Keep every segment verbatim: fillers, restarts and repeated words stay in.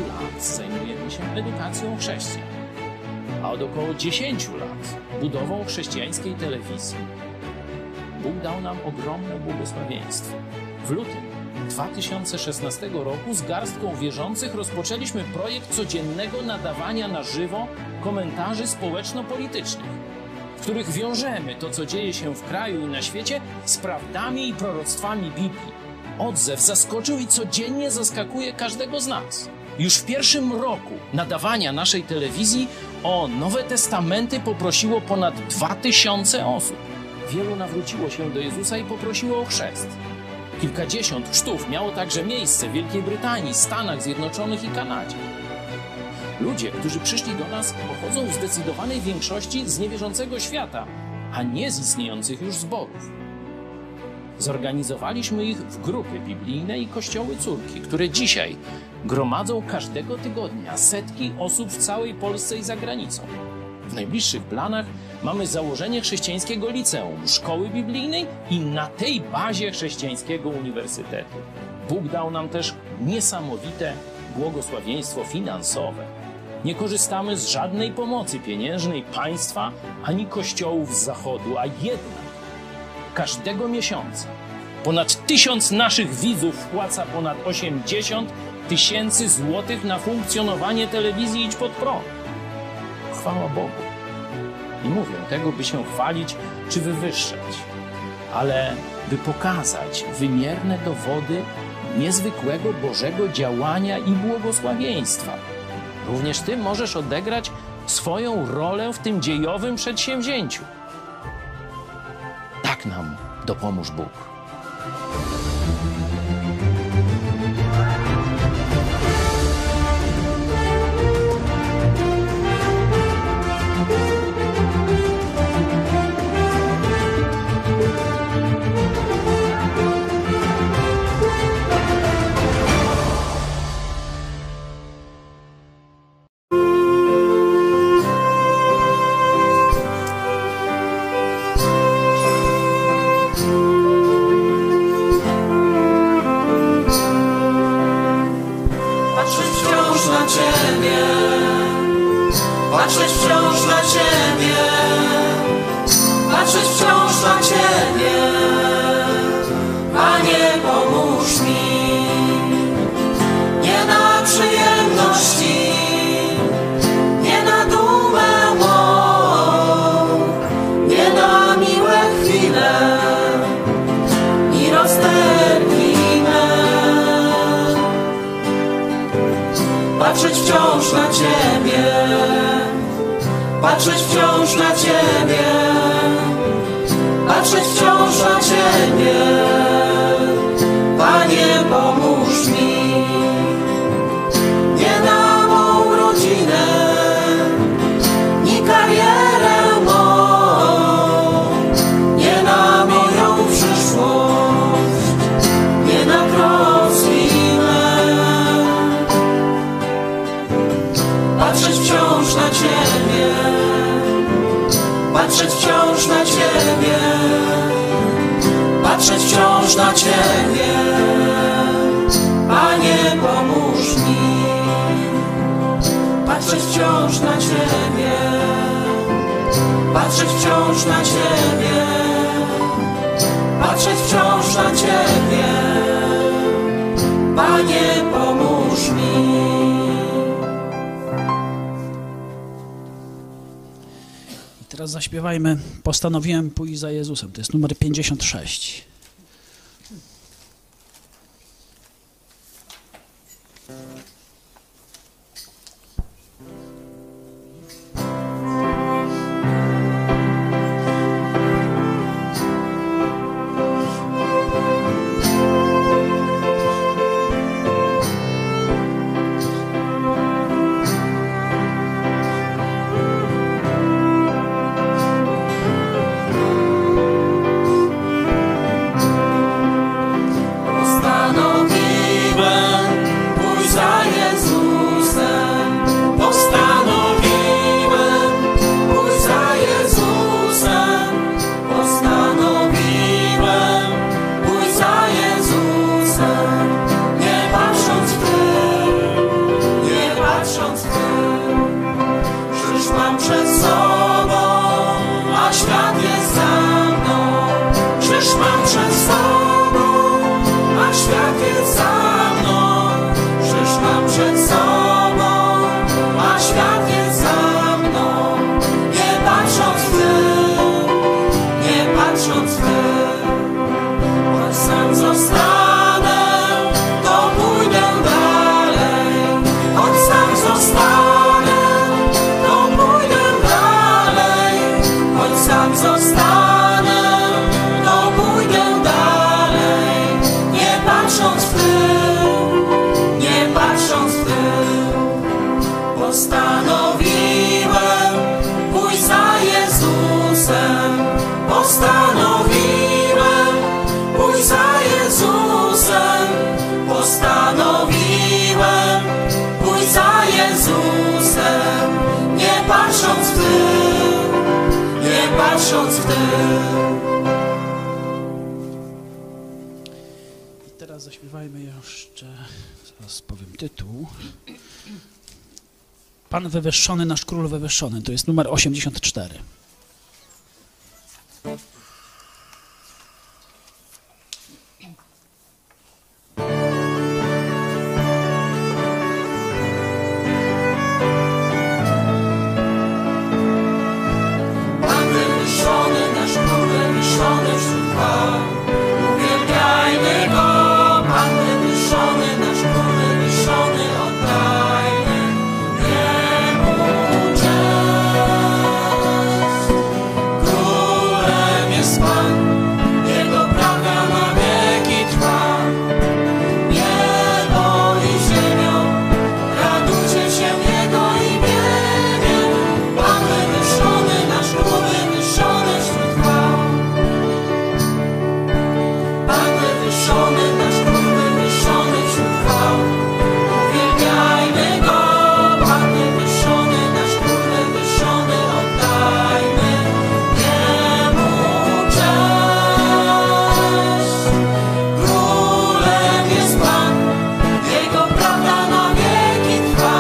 lat zajmujemy się edukacją chrześcijan, a od około dziesięciu lat budową chrześcijańskiej telewizji. Bóg dał nam ogromne błogosławieństwo. W lutym dwa tysiące szesnastego roku z garstką wierzących rozpoczęliśmy projekt codziennego nadawania na żywo komentarzy społeczno-politycznych, w których wiążemy to, co dzieje się w kraju i na świecie, z prawdami i proroctwami Biblii. Odzew zaskoczył i codziennie zaskakuje każdego z nas. Już w pierwszym roku nadawania naszej telewizji o Nowe Testamenty poprosiło ponad dwa tysiące osób. Wielu nawróciło się do Jezusa i poprosiło o chrzest. Kilkadziesiąt chrztów miało także miejsce w Wielkiej Brytanii, Stanach Zjednoczonych i Kanadzie. Ludzie, którzy przyszli do nas, pochodzą w zdecydowanej większości z niewierzącego świata, a nie z istniejących już zborów. Zorganizowaliśmy ich w grupy biblijne i kościoły córki, które dzisiaj gromadzą każdego tygodnia setki osób w całej Polsce i za granicą. W najbliższych planach mamy założenie chrześcijańskiego liceum, szkoły biblijnej i na tej bazie chrześcijańskiego uniwersytetu. Bóg dał nam też niesamowite błogosławieństwo finansowe. Nie korzystamy z żadnej pomocy pieniężnej państwa ani kościołów z zachodu, a jednak każdego miesiąca ponad tysiąc naszych widzów wpłaca ponad osiemdziesiąt tysięcy złotych na funkcjonowanie telewizji Idź Pod Prąd. Chwała Bogu. Nie mówię tego, by się chwalić czy wywyższać, ale by pokazać wymierne dowody niezwykłego Bożego działania i błogosławieństwa. Również Ty możesz odegrać swoją rolę w tym dziejowym przedsięwzięciu. Tak nam dopomóż Bóg. Patrzeć wciąż na Ciebie, patrzeć wciąż na Ciebie, Panie, pomóż mi. Nie na przyjemności, nie na dumę mą, nie na miłe chwile i rozterki me. Patrzeć wciąż na Ciebie, patrzeć wciąż na Ciebie, patrzeć wciąż na Ciebie, Panie, pomóż mi. Nie na mą rodzinę, ni karierę mą, nie na moją przyszłość, nie na troski me. Patrzeć wciąż na Ciebie, patrzeć wciąż na Ciebie, patrzeć wciąż na Ciebie, Panie, pomóż mi. Patrzeć wciąż na Ciebie, patrzeć wciąż na Ciebie, patrzeć wciąż na Ciebie, Panie, pomóż mi. Teraz zaśpiewajmy Postanowiłem pójść za Jezusem. To jest numer pięćdziesiąt sześć. mam przed sobą, a świat jest za mną. Krzyż mam przed sobą, a świat jest za mną. Krzyż mam przed sobą, a świat jest za mną. Nie patrząc w tył, nie patrząc w tył, choć sam zostanę, to pójdę dalej. Choć sam zostanę, to pójdę dalej. Choć sam zostanę, to pójdę dalej. Nie patrząc w tył, nie patrząc w tył, postanowiłem pójść za Jezusem. Postanowiłem pójść za Jezusem. Postanowiłem pójść za Jezusem. Nie patrząc w tył, nie patrząc w tył. I teraz zaśpiewajmy jeszcze, zaraz powiem tytuł. Pan wywyższony, nasz król wywyższony. To jest numer osiemdziesiąt cztery. Pan wywyższony, nasz król wywyższony wśród chwał. Uwielbiajmy go. Pan wywyższony, nasz król wywyższony, oddajmy Jemu cześć. Królem jest Pan, Jego prawda na wieki trwa. Niebo i ziemią, radujcie się Jego imieniem. Pan wywyższony, nasz król wywyższony wśród chwał. Pan wywyższony, nasz król wywyższony wśród chwał. Uwielbiajmy go. Pan wywyższony, nasz król wywyższony, oddajmy Jemu cześć. Królem jest Pan, Jego prawda na wieki trwa.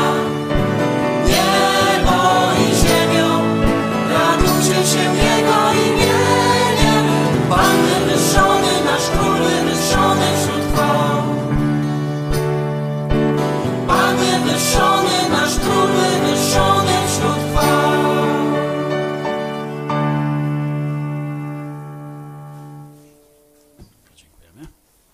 Niebo i ziemią, radujcie się Jego imieniem. Pan wywyższony, nasz król wywyższony wśród chwał. Pan wywyższony, nasz król wywyższony wśród chwał. Dziękujemy.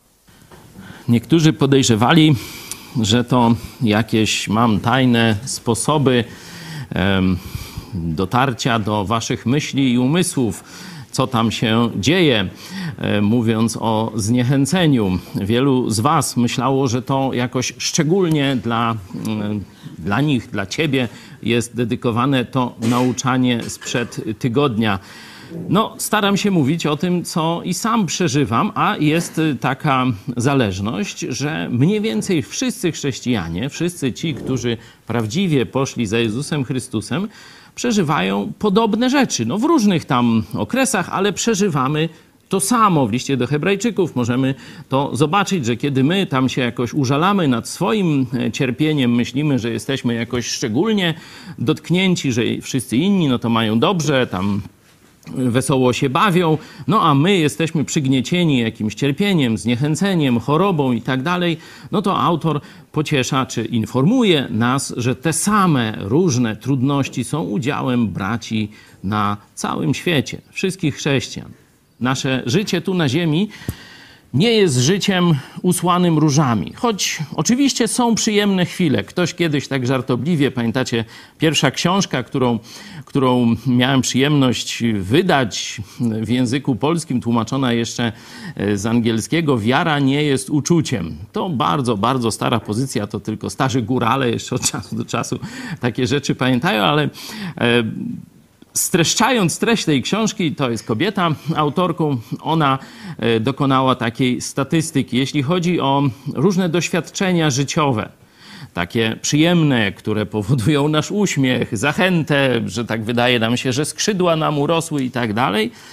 Niektórzy podejrzewali, że to jakieś mam tajne sposoby em, dotarcia do waszych myśli i umysłów, co tam się dzieje, e, mówiąc o zniechęceniu. Wielu z was myślało, że to jakoś szczególnie dla, mm, dla nich, dla ciebie jest dedykowane to nauczanie sprzed tygodnia. No, staram się mówić o tym, co i sam przeżywam, a jest taka zależność, że mniej więcej wszyscy chrześcijanie, wszyscy ci, którzy prawdziwie poszli za Jezusem Chrystusem, przeżywają podobne rzeczy. No, w różnych tam okresach, ale przeżywamy to samo. W liście do Hebrajczyków możemy to zobaczyć, że kiedy my tam się jakoś użalamy nad swoim cierpieniem, myślimy, że jesteśmy jakoś szczególnie dotknięci, że wszyscy inni no to mają dobrze, tam wesoło się bawią, no a my jesteśmy przygniecieni jakimś cierpieniem, zniechęceniem, chorobą i tak dalej, no to autor pociesza czy informuje nas, że te same różne trudności są udziałem braci na całym świecie, wszystkich chrześcijan. Nasze życie tu na ziemi nie jest życiem usłanym różami. Choć oczywiście są przyjemne chwile. Ktoś kiedyś tak żartobliwie, pamiętacie, pierwsza książka, którą, którą miałem przyjemność wydać w języku polskim, tłumaczona jeszcze z angielskiego, Wiara nie jest uczuciem. To bardzo, bardzo stara pozycja, to tylko starzy górale jeszcze od czasu do czasu takie rzeczy pamiętają, ale e, streszczając treść tej książki, to jest kobieta autorką, ona dokonała takiej statystyki, jeśli chodzi o różne doświadczenia życiowe, takie przyjemne, które powodują nasz uśmiech, zachętę, że tak wydaje nam się, że skrzydła nam urosły i tak dalej,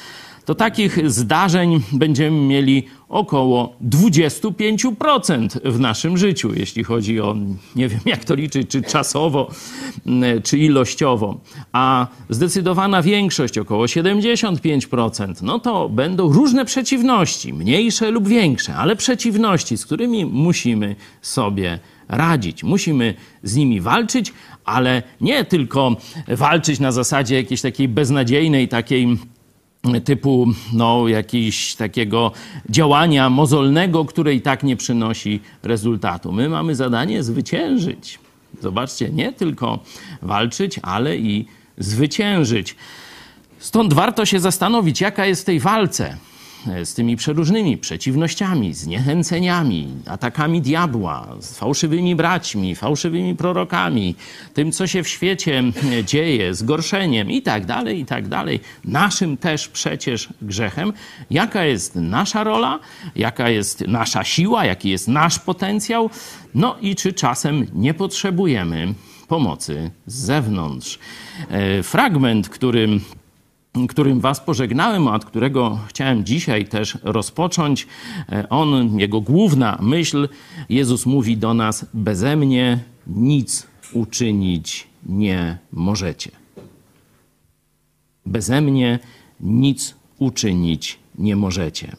to takich zdarzeń będziemy mieli około dwadzieścia pięć procent w naszym życiu, jeśli chodzi o, nie wiem jak to liczyć, czy czasowo, czy ilościowo, a zdecydowana większość, około siedemdziesiąt pięć procent, no to będą różne przeciwności, mniejsze lub większe, ale przeciwności, z którymi musimy sobie radzić. Musimy z nimi walczyć, ale nie tylko walczyć na zasadzie jakiejś takiej beznadziejnej, takiej typu no, jakiegoś takiego działania mozolnego, które i tak nie przynosi rezultatu. My mamy zadanie zwyciężyć. Zobaczcie, nie tylko walczyć, ale i zwyciężyć. Stąd warto się zastanowić, jaka jest w tej walce z tymi przeróżnymi przeciwnościami, zniechęceniami, atakami diabła, z fałszywymi braćmi, fałszywymi prorokami, tym, co się w świecie dzieje, zgorszeniem i tak dalej, i tak dalej. Naszym też przecież grzechem. Jaka jest nasza rola, jaka jest nasza siła, jaki jest nasz potencjał, no i czy czasem nie potrzebujemy pomocy z zewnątrz. Fragment, którym którym was pożegnałem, od którego chciałem dzisiaj też rozpocząć. On, jego główna myśl, Jezus mówi do nas: beze mnie nic uczynić nie możecie. Beze mnie nic uczynić nie możecie.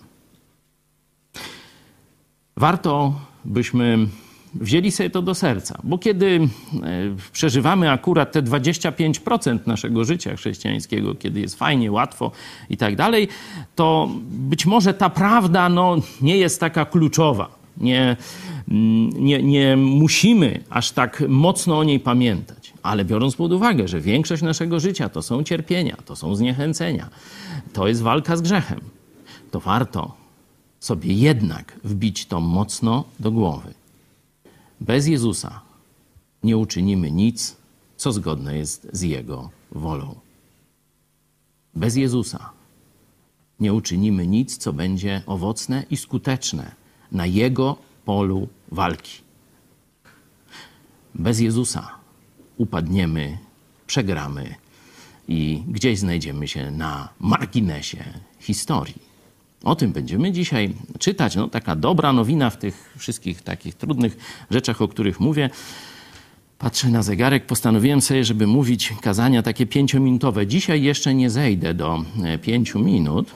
Warto, byśmy wzięli sobie to do serca, bo kiedy przeżywamy akurat te dwadzieścia pięć procent naszego życia chrześcijańskiego, kiedy jest fajnie, łatwo i tak dalej, to być może ta prawda no, nie jest taka kluczowa. Nie, nie, nie musimy aż tak mocno o niej pamiętać. Ale biorąc pod uwagę, że większość naszego życia to są cierpienia, to są zniechęcenia, to jest walka z grzechem, to warto sobie jednak wbić to mocno do głowy. Bez Jezusa nie uczynimy nic, co zgodne jest z Jego wolą. Bez Jezusa nie uczynimy nic, co będzie owocne i skuteczne na Jego polu walki. Bez Jezusa upadniemy, przegramy i gdzieś znajdziemy się na marginesie historii. O tym będziemy dzisiaj czytać. No, taka dobra nowina w tych wszystkich takich trudnych rzeczach, o których mówię. Patrzę na zegarek, postanowiłem sobie, żeby mówić kazania takie pięciominutowe. Dzisiaj jeszcze nie zejdę do pięciu minut,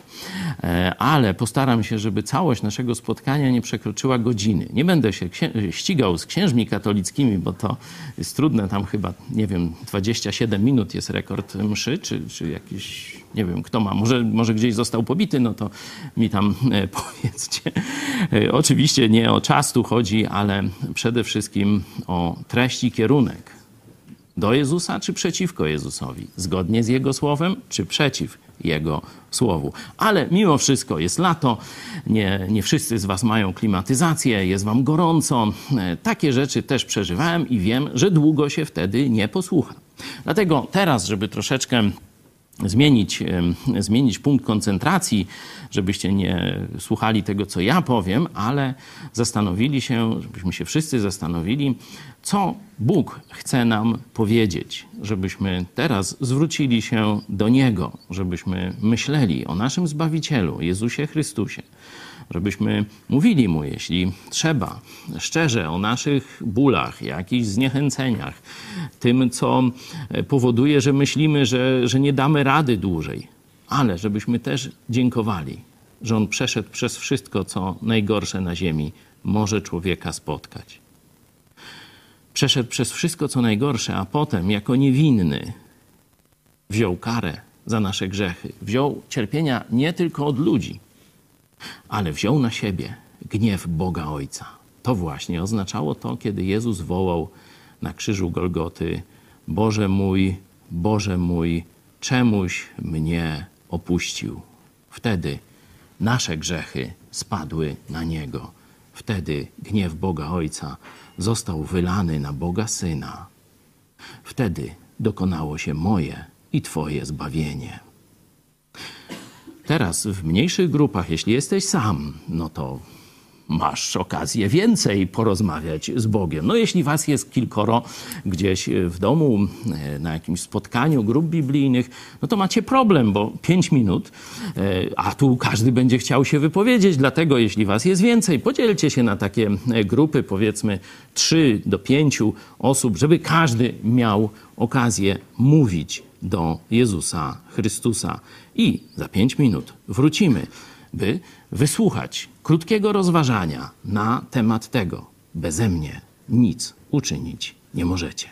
ale postaram się, żeby całość naszego spotkania nie przekroczyła godziny. Nie będę się ścigał z księżmi katolickimi, bo to jest trudne. Tam chyba, nie wiem, dwadzieścia siedem minut jest rekord mszy, czy, czy jakiś, nie wiem, kto ma. Może, może gdzieś został pobity, no to mi tam powiedzcie. Oczywiście nie o czas tu chodzi, ale przede wszystkim o treść i kierunek. Do Jezusa czy przeciwko Jezusowi? Zgodnie z Jego słowem czy przeciw Jego słowu? Ale mimo wszystko jest lato, nie, nie wszyscy z was mają klimatyzację, jest wam gorąco. Takie rzeczy też przeżywałem i wiem, że długo się wtedy nie posłucha. Dlatego teraz, żeby troszeczkę zmienić, zmienić punkt koncentracji, żebyście nie słuchali tego, co ja powiem, ale zastanowili się, żebyśmy się wszyscy zastanowili, co Bóg chce nam powiedzieć, żebyśmy teraz zwrócili się do Niego, żebyśmy myśleli o naszym Zbawicielu, Jezusie Chrystusie, żebyśmy mówili Mu, jeśli trzeba, szczerze o naszych bólach, jakichś zniechęceniach, tym, co powoduje, że myślimy, że, że nie damy rady dłużej, ale żebyśmy też dziękowali, że On przeszedł przez wszystko, co najgorsze na ziemi może człowieka spotkać. Przeszedł przez wszystko, co najgorsze, a potem jako niewinny wziął karę za nasze grzechy. Wziął cierpienia nie tylko od ludzi, ale wziął na siebie gniew Boga Ojca. To właśnie oznaczało to, kiedy Jezus wołał na krzyżu Golgoty: Boże mój, Boże mój, czemuś mnie opuścił. Wtedy nasze grzechy spadły na Niego. Wtedy gniew Boga Ojca został wylany na Boga Syna. Wtedy dokonało się moje i Twoje zbawienie. Teraz w mniejszych grupach, jeśli jesteś sam, no to masz okazję więcej porozmawiać z Bogiem. No jeśli was jest kilkoro gdzieś w domu, na jakimś spotkaniu grup biblijnych, no to macie problem, bo pięć minut, a tu każdy będzie chciał się wypowiedzieć, dlatego jeśli was jest więcej, podzielcie się na takie grupy, powiedzmy trzy do pięciu osób, żeby każdy miał okazję mówić do Jezusa Chrystusa. I za pięć minut wrócimy, by wysłuchać krótkiego rozważania na temat tego: beze mnie nic uczynić nie możecie.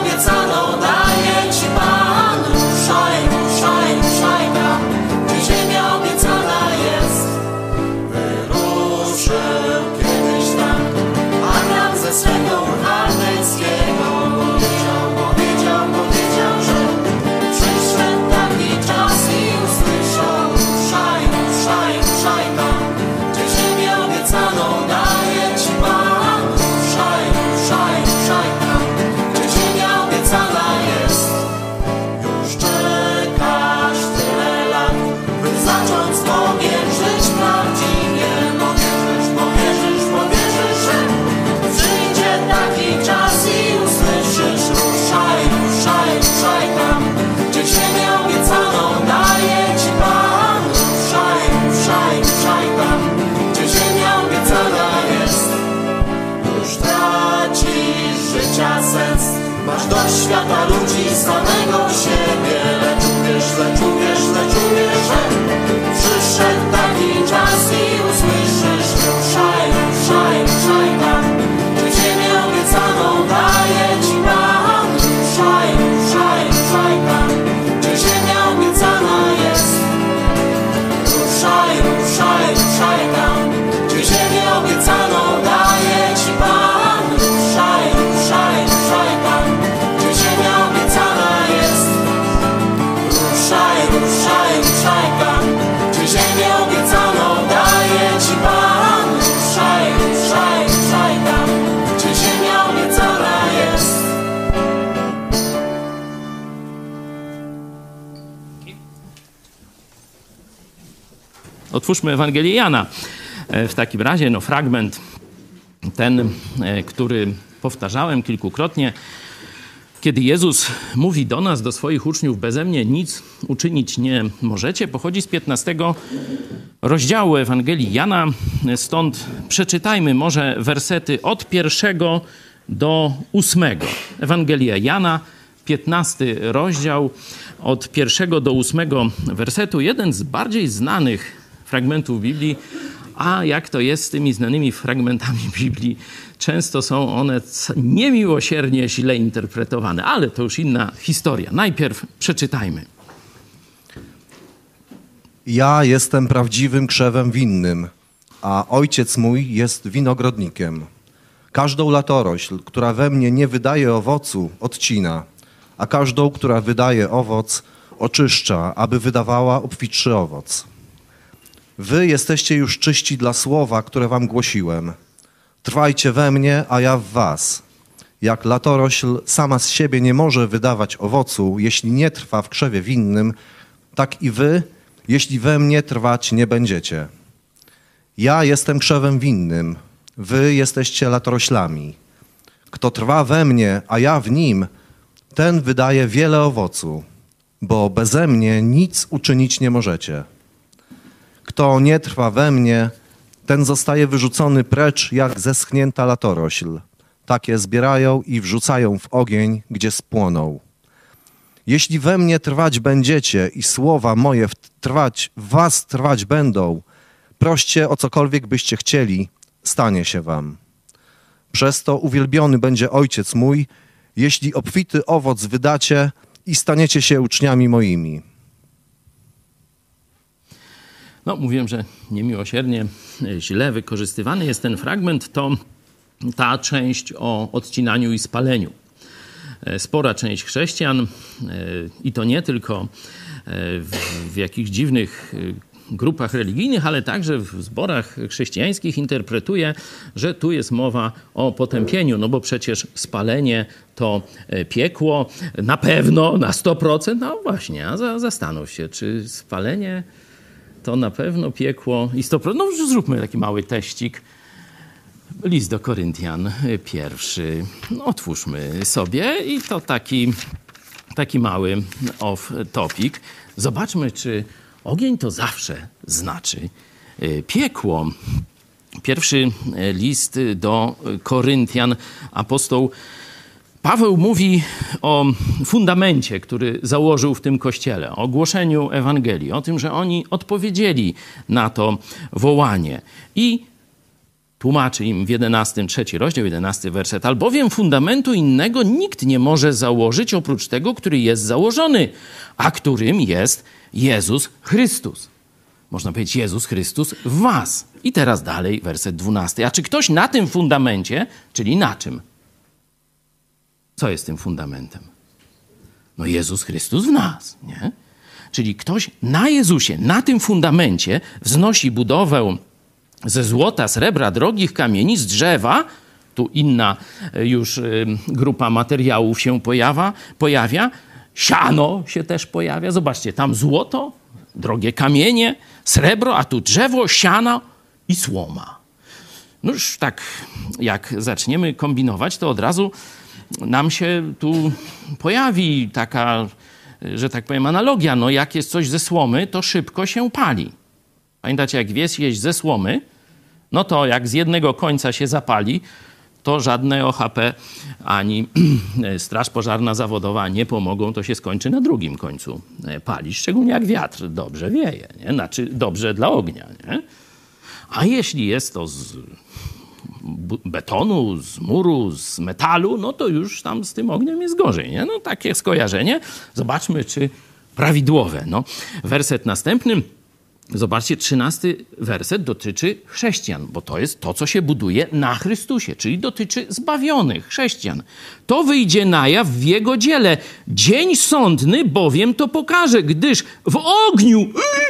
obiecano daje Ci Pan. Ruszaj, ruszaj, ruszaj tam, gdzie ziemia obiecana jest. Wyruszył kiedyś tam Abraham ze swego ur chaldejskiego. Powiedział, powiedział, powiedział, że przyszedł taki czas i usłyszał. Ruszaj, ruszaj, ruszaj tam, gdzie ziemię obiecaną daje Ci Pan. Ruszaj, ruszaj, ruszaj tam, gdzie ziemia obiecana jest. Już czekasz tyle lat, by zacząć z Bogiem żyć prawdziwie. Bo wierzysz, bo wierzysz, bo wierzysz, że przyjdzie taki czas i usłyszysz. Ruszaj, ruszaj, ruszaj tam, gdzie ziemię obiecaną daje Ci Pan. Ruszaj, ruszaj, ruszaj tam, gdzie ziemia obiecana jest. Już tracisz życia sens, masz dość świata, ludzi, samego siebie. Lecz uwierz, lecz uwierz, lecz uwierz, że przyszedł taki czas i usłyszysz. Ruszaj, ruszaj, ruszaj tam, gdzie ziemię obiecaną daje Ci Pan. Ruszaj, ruszaj, ruszaj tam, gdzie ziemia obiecana jest. Ruszaj, ruszaj, ruszaj tam, gdzie ziemię obiecaną daje Ci Pan. Ruszaj, ruszaj, ruszaj tam, gdzie ziemia obiecana jest. Ruszaj, ruszaj, ruszaj tam, gdzie ziemię obiecaną daje Ci Pan. Ruszaj, ruszaj, ruszaj tam, gdzie ziemia obiecana jest. Otwórzmy Ewangelię Jana. W takim razie no, fragment ten, który powtarzałem kilkukrotnie. Kiedy Jezus mówi do nas, do swoich uczniów, beze mnie nic uczynić nie możecie, pochodzi z piętnastego rozdziału Ewangelii Jana. Stąd przeczytajmy może wersety od pierwszego do ósmego. Ewangelia Jana, piętnasty rozdział, od pierwszego do ósmego wersetu. Jeden z bardziej znanych fragmentów Biblii. A jak to jest z tymi znanymi fragmentami Biblii? Często są one niemiłosiernie źle interpretowane, ale to już inna historia. Najpierw przeczytajmy. Ja jestem prawdziwym krzewem winnym, a ojciec mój jest winogrodnikiem. Każdą latorośl, która we mnie nie wydaje owocu, odcina, a każdą, która wydaje owoc, oczyszcza, aby wydawała obfitszy owoc. Wy jesteście już czyści dla słowa, które wam głosiłem. Trwajcie we mnie, a ja w was. Jak latorośl sama z siebie nie może wydawać owocu, jeśli nie trwa w krzewie winnym, tak i wy, jeśli we mnie trwać nie będziecie. Ja jestem krzewem winnym, wy jesteście latoroślami. Kto trwa we mnie, a ja w nim, ten wydaje wiele owocu, bo beze mnie nic uczynić nie możecie. Kto nie trwa we mnie, ten zostaje wyrzucony precz jak zeschnięta latorośl. Takie zbierają i wrzucają w ogień, gdzie spłoną. Jeśli we mnie trwać będziecie i słowa moje w, trwać, w was trwać będą, proście o cokolwiek byście chcieli, stanie się wam. Przez to uwielbiony będzie Ojciec mój, jeśli obfity owoc wydacie i staniecie się uczniami moimi. No, mówiłem, że niemiłosiernie źle wykorzystywany jest ten fragment. To ta część o odcinaniu i spaleniu. Spora część chrześcijan, i to nie tylko w, w jakichś dziwnych grupach religijnych, ale także w zborach chrześcijańskich interpretuje, że tu jest mowa o potępieniu, no bo przecież spalenie to piekło, na pewno, na sto procent. No właśnie, a zastanów się, czy spalenie to na pewno piekło i sto procent. No zróbmy taki mały teścik. List do Koryntian, pierwszy. No, otwórzmy sobie i to taki, taki mały off-topic. Zobaczmy, czy ogień to zawsze znaczy piekło. Pierwszy list do Koryntian. Apostoł Paweł mówi o fundamencie, który założył w tym kościele, o głoszeniu Ewangelii, o tym, że oni odpowiedzieli na to wołanie. I Tłumaczy im w jedenastym, trzeci rozdział, jedenasty werset. Albowiem fundamentu innego nikt nie może założyć oprócz tego, który jest założony, a którym jest Jezus Chrystus. Można powiedzieć Jezus Chrystus w was. I teraz dalej werset dwunasty. A czy ktoś na tym fundamencie, czyli na czym? Co jest tym fundamentem? No Jezus Chrystus w nas, nie? Czyli ktoś na Jezusie, na tym fundamencie wznosi budowę ze złota, srebra, drogich kamieni, z drzewa. Tu inna już grupa materiałów się pojawia, pojawia. Siano się też pojawia. Zobaczcie, tam złoto, drogie kamienie, srebro, a tu drzewo, siano i słoma. No już tak jak zaczniemy kombinować, to od razu nam się tu pojawi taka, że tak powiem, analogia. No jak jest coś ze słomy, to szybko się pali. Pamiętacie, jak wieś jeść ze słomy, no to jak z jednego końca się zapali, to żadne O H P ani Straż Pożarna Zawodowa nie pomogą, to się skończy na drugim końcu palić. Szczególnie jak wiatr dobrze wieje, nie? Znaczy dobrze dla ognia. Nie? A jeśli jest to z betonu, z muru, z metalu, no to już tam z tym ogniem jest gorzej. Nie? No takie skojarzenie. Zobaczmy, czy prawidłowe. No, werset następny. Zobaczcie, trzynasty werset dotyczy chrześcijan, bo to jest to, co się buduje na Chrystusie, czyli dotyczy zbawionych chrześcijan. To wyjdzie na jaw w Jego dziele. Dzień sądny bowiem to pokaże, gdyż w ogniu...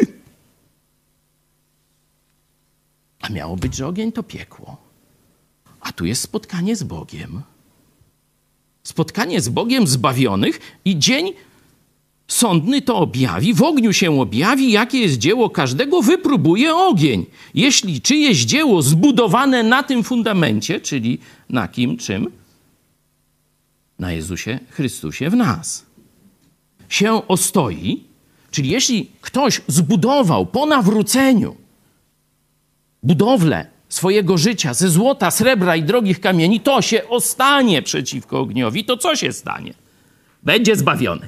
A miało być, że ogień to piekło. A tu jest spotkanie z Bogiem. Spotkanie z Bogiem zbawionych i dzień sądny to objawi, w ogniu się objawi, jakie jest dzieło każdego, wypróbuje ogień. Jeśli czyjeś dzieło zbudowane na tym fundamencie, czyli na kim, czym? Na Jezusie Chrystusie w nas, się ostoi, czyli jeśli ktoś zbudował po nawróceniu budowlę swojego życia ze złota, srebra i drogich kamieni, to się ostanie przeciwko ogniowi, to co się stanie? Będzie zbawiony.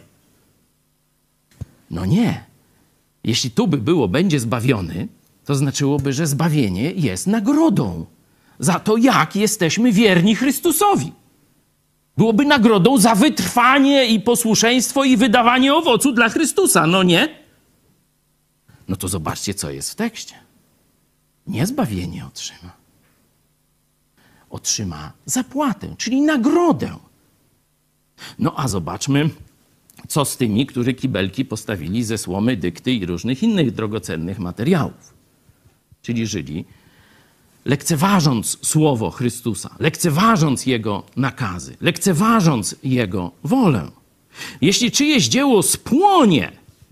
No nie. Jeśli tu by było będzie zbawiony, to znaczyłoby, że zbawienie jest nagrodą za to, jak jesteśmy wierni Chrystusowi. Byłoby nagrodą za wytrwanie i posłuszeństwo i wydawanie owocu dla Chrystusa, no nie? No to zobaczcie, co jest w tekście. Nie zbawienie otrzyma. Otrzyma zapłatę, czyli nagrodę. No a zobaczmy, co z tymi, którzy kibelki postawili ze słomy, dykty i różnych innych drogocennych materiałów. Czyli żyli lekceważąc słowo Chrystusa, lekceważąc Jego nakazy, lekceważąc Jego wolę. Jeśli czyjeś dzieło spłonie,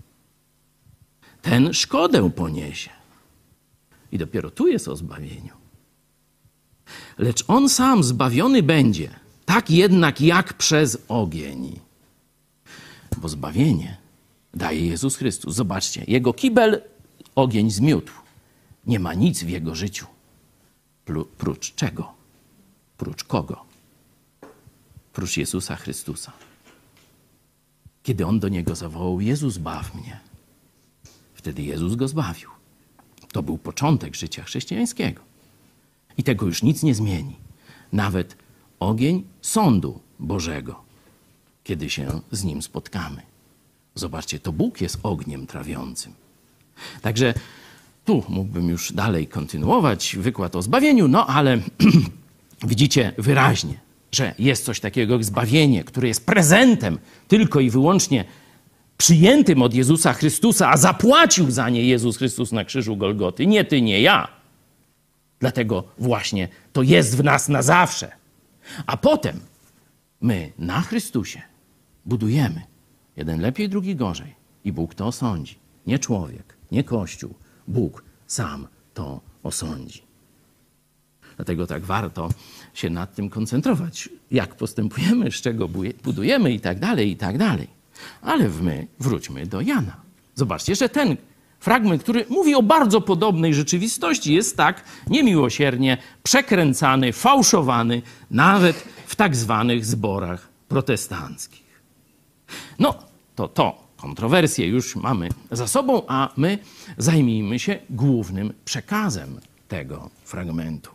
ten szkodę poniesie. I dopiero tu jest o zbawieniu. Lecz on sam zbawiony będzie, tak jednak jak przez ogień. Bo zbawienie daje Jezus Chrystus. Zobaczcie, jego kibel ogień zmiótł. Nie ma nic w jego życiu. Prócz czego? Prócz kogo? Prócz Jezusa Chrystusa. Kiedy on do niego zawołał, Jezus, zbaw mnie. Wtedy Jezus go zbawił. To był początek życia chrześcijańskiego. I tego już nic nie zmieni. Nawet ogień sądu Bożego, kiedy się z Nim spotkamy. Zobaczcie, to Bóg jest ogniem trawiącym. Także tu mógłbym już dalej kontynuować wykład o zbawieniu, no ale widzicie wyraźnie, że jest coś takiego jak zbawienie, które jest prezentem tylko i wyłącznie przyjętym od Jezusa Chrystusa, a zapłacił za nie Jezus Chrystus na krzyżu Golgoty. Nie ty, nie ja. Dlatego właśnie to jest w nas na zawsze. A potem my na Chrystusie budujemy. Jeden lepiej, drugi gorzej. I Bóg to osądzi. Nie człowiek, nie Kościół. Bóg sam to osądzi. Dlatego tak warto się nad tym koncentrować. Jak postępujemy, z czego budujemy i tak dalej, i tak dalej. Ale my wróćmy do Jana. Zobaczcie, że ten fragment, który mówi o bardzo podobnej rzeczywistości, jest tak niemiłosiernie przekręcany, fałszowany, nawet w tak zwanych zborach protestanckich. No, to to, kontrowersje już mamy za sobą, a my zajmijmy się głównym przekazem tego fragmentu.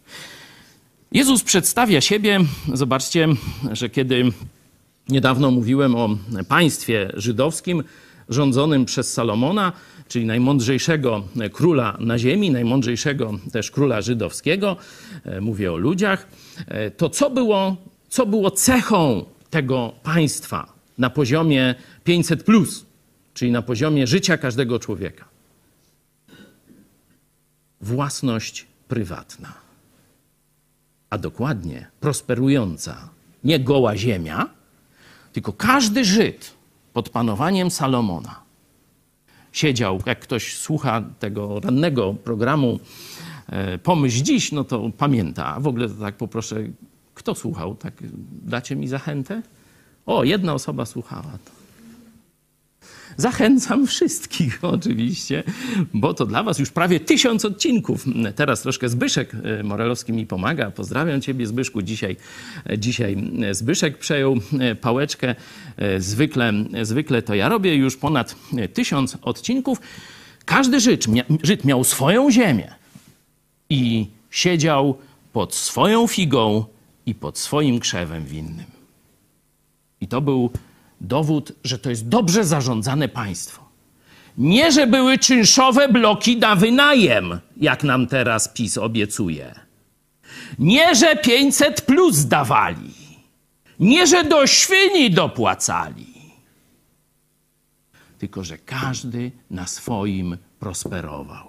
Jezus przedstawia siebie, zobaczcie, że kiedy niedawno mówiłem o państwie żydowskim rządzonym przez Salomona, czyli najmądrzejszego króla na ziemi, najmądrzejszego też króla żydowskiego, mówię o ludziach, to co było, co było cechą tego państwa na poziomie pięćset plus, czyli na poziomie życia każdego człowieka? Własność prywatna, a dokładnie prosperująca nie goła ziemia, tylko każdy Żyd pod panowaniem Salomona siedział, jak ktoś słucha tego rannego programu Pomyśl dziś, no to pamięta. A w ogóle to tak poproszę, kto słuchał? Tak dacie mi zachętę? O, jedna osoba słuchała to. Zachęcam wszystkich oczywiście, bo to dla was już prawie tysiąc odcinków. Teraz troszkę Zbyszek Morelowski mi pomaga. Pozdrawiam ciebie, Zbyszku. Dzisiaj, dzisiaj Zbyszek przejął pałeczkę. Zwykle, zwykle to ja robię już ponad tysiąc odcinków. Każdy Żyd, Żyd miał swoją ziemię i siedział pod swoją figą i pod swoim krzewem winnym. I to był dowód, że to jest dobrze zarządzane państwo. Nie, że były czynszowe bloki na wynajem, jak nam teraz PiS obiecuje. Nie, że pięćset plus dawali. Nie, że do świni dopłacali. Tylko, że każdy na swoim prosperował.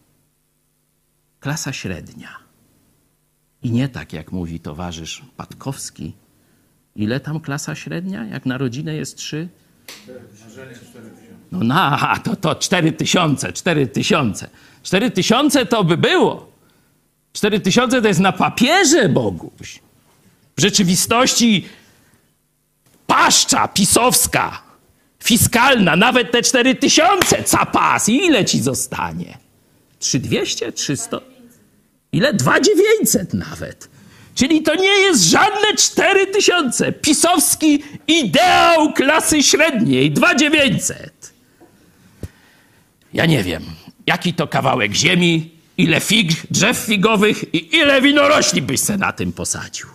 Klasa średnia. I nie tak, jak mówi towarzysz Patkowski. Ile tam klasa średnia? Jak na rodzinę jest trzy? No na, to, to cztery tysiące, cztery tysiące. Cztery tysiące to by było. Cztery tysiące to jest na papierze, Boguś. W rzeczywistości paszcza pisowska, fiskalna, nawet te cztery tysiące capas. Ile ci zostanie? Trzy dwieście? Trzysta? Ile? Dwa dziewięćset nawet. Czyli to nie jest żadne cztery tysiące. Pisowski ideał klasy średniej. dwa dziewięćset. Ja nie wiem, jaki to kawałek ziemi, ile fig, drzew figowych i ile winorośli byś se na tym posadził.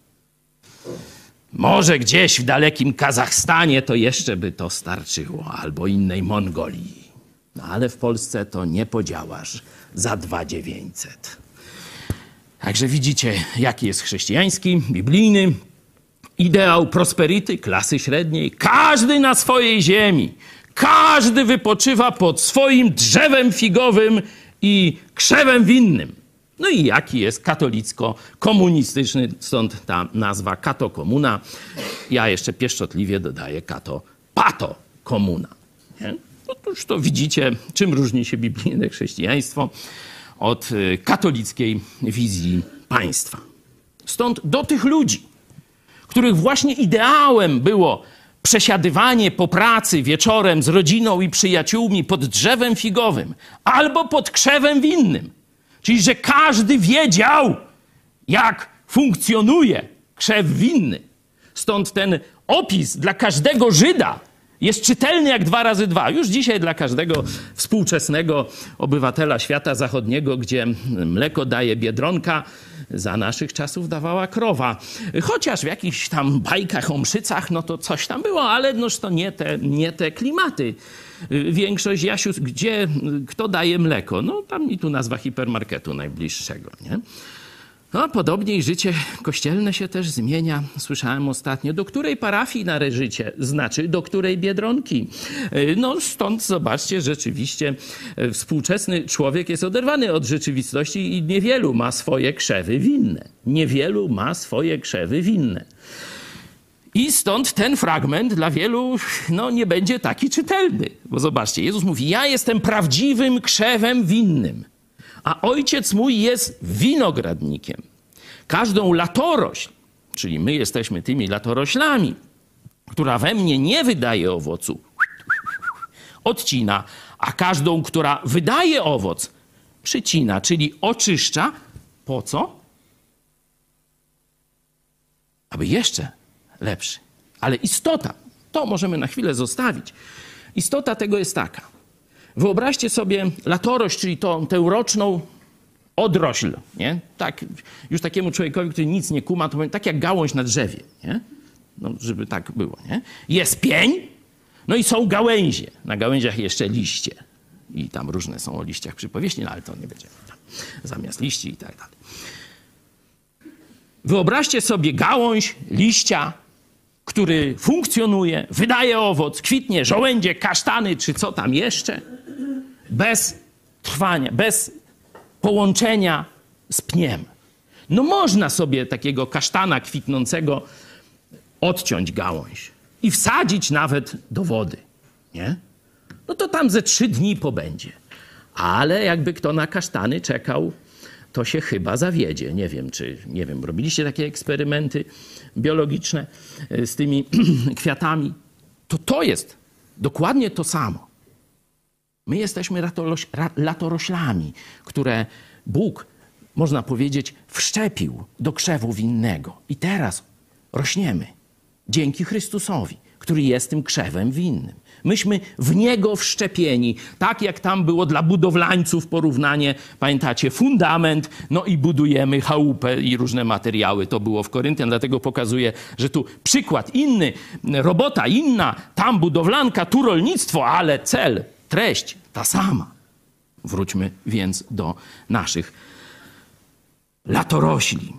Może gdzieś w dalekim Kazachstanie to jeszcze by to starczyło, albo innej Mongolii. No ale w Polsce to nie podziałasz za dwa dziewięćset. Także widzicie, jaki jest chrześcijański, biblijny ideał prosperity, klasy średniej. Każdy na swojej ziemi. Każdy wypoczywa pod swoim drzewem figowym i krzewem winnym. No i jaki jest katolicko-komunistyczny, stąd ta nazwa katokomuna. Ja jeszcze pieszczotliwie dodaję kato-pato-komuna. Nie? No to już to widzicie, czym różni się biblijne chrześcijaństwo od katolickiej wizji państwa. Stąd do tych ludzi, których właśnie ideałem było przesiadywanie po pracy wieczorem z rodziną i przyjaciółmi pod drzewem figowym albo pod krzewem winnym, czyli że każdy wiedział, jak funkcjonuje krzew winny. Stąd ten opis dla każdego Żyda jest czytelny jak dwa razy dwa. Już dzisiaj dla każdego współczesnego obywatela świata zachodniego, gdzie mleko daje Biedronka, za naszych czasów dawała krowa. Chociaż w jakichś tam bajkach o mszycach, no to coś tam było, ale noż to nie te, nie te klimaty. Większość, Jasiu, gdzie, kto daje mleko? No tam mi tu nazwa hipermarketu najbliższego, nie? No, podobnie i życie kościelne się też zmienia. Słyszałem ostatnio, do której parafii należycie, znaczy do której Biedronki. No stąd zobaczcie, rzeczywiście współczesny człowiek jest oderwany od rzeczywistości i niewielu ma swoje krzewy winne. Niewielu ma swoje krzewy winne. I stąd ten fragment dla wielu no, nie będzie taki czytelny. Bo zobaczcie, Jezus mówi, ja jestem prawdziwym krzewem winnym, a ojciec mój jest winogradnikiem. Każdą latorośl, czyli my jesteśmy tymi latoroślami, która we mnie nie wydaje owocu, odcina, a każdą, która wydaje owoc, przycina, czyli oczyszcza. Po co? Aby jeszcze lepszy. Ale istota, to możemy na chwilę zostawić. Istota tego jest taka. Wyobraźcie sobie latorośl, czyli tą, tę roczną odrośl, nie? Tak, już takiemu człowiekowi, który nic nie kuma, to powiem, tak jak gałąź na drzewie, nie? No, żeby tak było, nie? Jest pień, no i są gałęzie. Na gałęziach jeszcze liście. I tam różne są o liściach przypowieści, no ale to nie będzie tam, zamiast liści i tak dalej. Wyobraźcie sobie gałąź liścia, który funkcjonuje, wydaje owoc, kwitnie, żołędzie, kasztany, czy co tam jeszcze, bez trwania, bez połączenia z pniem. No można sobie takiego kasztana kwitnącego odciąć gałąź i wsadzić nawet do wody, nie? No to tam ze trzy dni pobędzie. Ale jakby kto na kasztany czekał, to się chyba zawiedzie. Nie wiem, czy, nie wiem, robiliście takie eksperymenty biologiczne z tymi kwiatami. To to jest dokładnie to samo. My jesteśmy latoroś, latoroślami, które Bóg, można powiedzieć, wszczepił do krzewu winnego. I teraz rośniemy dzięki Chrystusowi, który jest tym krzewem winnym. Myśmy w Niego wszczepieni, tak jak tam było dla budowlańców porównanie, pamiętacie, fundament, no i budujemy chałupę i różne materiały. To było w Koryntian, dlatego pokazuję, że tu przykład inny, robota inna, tam budowlanka, tu rolnictwo, ale cel, treść ta sama. Wróćmy więc do naszych latorośli.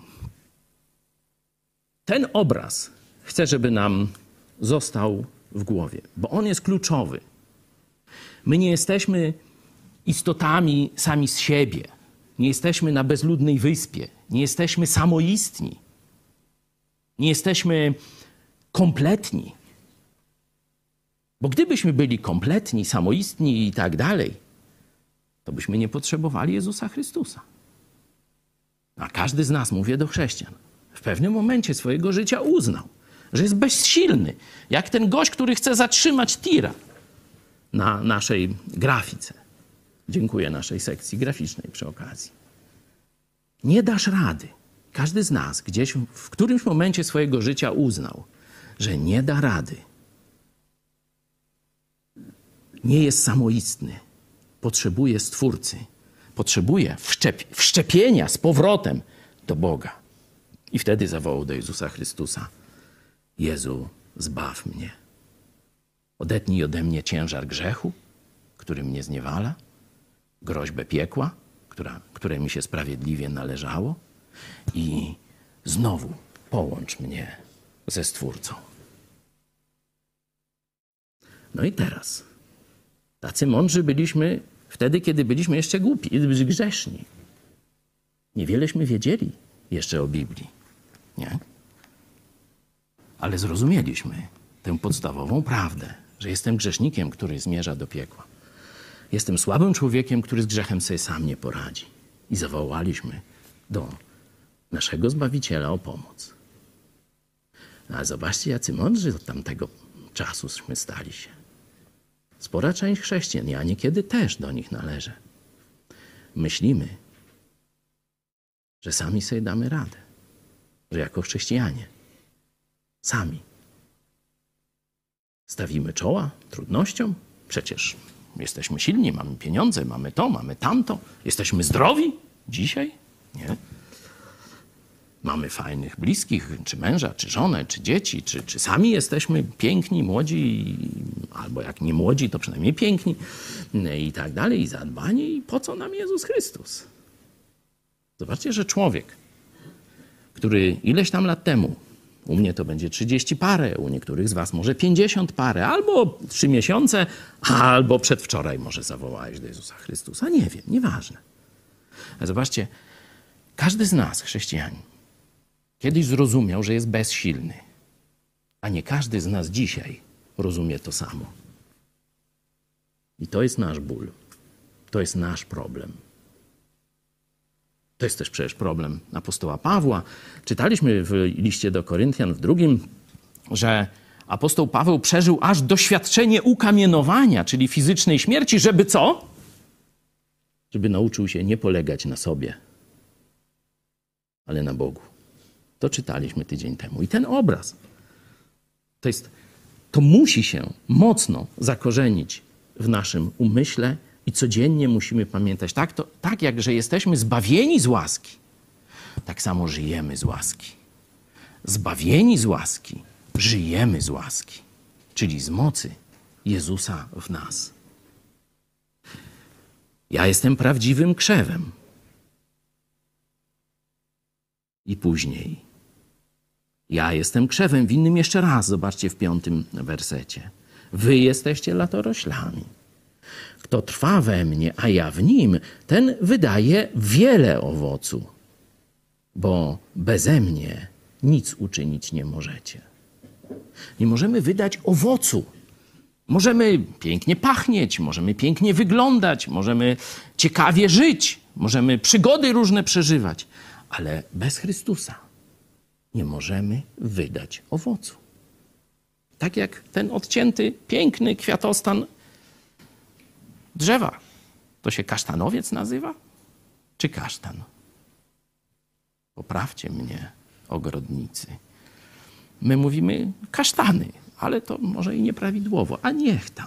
Ten obraz chcę, żeby nam został w głowie, bo on jest kluczowy. My nie jesteśmy istotami sami z siebie. Nie jesteśmy na bezludnej wyspie. Nie jesteśmy samoistni. Nie jesteśmy kompletni. Bo gdybyśmy byli kompletni, samoistni i tak dalej, to byśmy nie potrzebowali Jezusa Chrystusa. A każdy z nas, mówię do chrześcijan, w pewnym momencie swojego życia uznał, że jest bezsilny. Jak ten gość, który chce zatrzymać tira na naszej grafice. Dziękuję naszej sekcji graficznej przy okazji. Nie dasz rady. Każdy z nas gdzieś w którymś momencie swojego życia uznał, że nie da rady. Nie jest samoistny. Potrzebuje Stwórcy. Potrzebuje wszczep- wszczepienia z powrotem do Boga. I wtedy zawołał do Jezusa Chrystusa: Jezu, zbaw mnie. Odetnij ode mnie ciężar grzechu, który mnie zniewala, groźbę piekła, która, które mi się sprawiedliwie należało, i znowu połącz mnie ze Stwórcą. No i teraz, tacy mądrzy byliśmy wtedy, kiedy byliśmy jeszcze głupi, grzeszni. Niewieleśmy wiedzieli jeszcze o Biblii, nie? Ale zrozumieliśmy tę podstawową prawdę, że jestem grzesznikiem, który zmierza do piekła. Jestem słabym człowiekiem, który z grzechem sobie sam nie poradzi. I zawołaliśmy do naszego Zbawiciela o pomoc. A zobaczcie, jacy mądrzy od tamtego czasuśmy stali się. Spora część chrześcijan, ja niekiedy też do nich należę. Myślimy, że sami sobie damy radę. Że jako chrześcijanie sami stawimy czoła trudnościom. Przecież jesteśmy silni, mamy pieniądze, mamy to, mamy tamto. Jesteśmy zdrowi dzisiaj, nie? Mamy fajnych bliskich, czy męża, czy żonę, czy dzieci, czy, czy sami jesteśmy piękni, młodzi, albo jak nie młodzi, to przynajmniej piękni i tak dalej, i zadbani. I po co nam Jezus Chrystus? Zobaczcie, że człowiek, który ileś tam lat temu, u mnie to będzie trzydzieści parę, u niektórych z was może pięćdziesiąt parę, albo trzy miesiące, albo przedwczoraj może zawołałeś do Jezusa Chrystusa. Nie wiem, nieważne. Ale zobaczcie, każdy z nas, chrześcijanin, kiedyś zrozumiał, że jest bezsilny, a nie każdy z nas dzisiaj rozumie to samo. I to jest nasz ból. To jest nasz problem. To jest też przecież problem apostoła Pawła. Czytaliśmy w liście do Koryntian w drugim, że apostoł Paweł przeżył aż doświadczenie ukamienowania, czyli fizycznej śmierci, żeby co? Żeby nauczył się nie polegać na sobie, ale na Bogu. To czytaliśmy tydzień temu. I ten obraz, to jest, to musi się mocno zakorzenić w naszym umyśle, I codziennie musimy pamiętać, tak, to, tak jak że jesteśmy zbawieni z łaski, tak samo żyjemy z łaski. Zbawieni z łaski, żyjemy z łaski, czyli z mocy Jezusa w nas. Ja jestem prawdziwym krzewem. I później. Ja jestem krzewem, w innym jeszcze raz, zobaczcie w piątym wersecie. Wy jesteście latoroślami. Kto trwa we mnie, a ja w nim, ten wydaje wiele owocu, bo beze mnie nic uczynić nie możecie. Nie możemy wydać owocu. Możemy pięknie pachnieć, możemy pięknie wyglądać, możemy ciekawie żyć, możemy przygody różne przeżywać, ale bez Chrystusa nie możemy wydać owocu. Tak jak ten odcięty, piękny kwiatostan drzewa. To się kasztanowiec nazywa? Czy kasztan? Poprawcie mnie, ogrodnicy. My mówimy kasztany, ale to może i nieprawidłowo. A niech tam.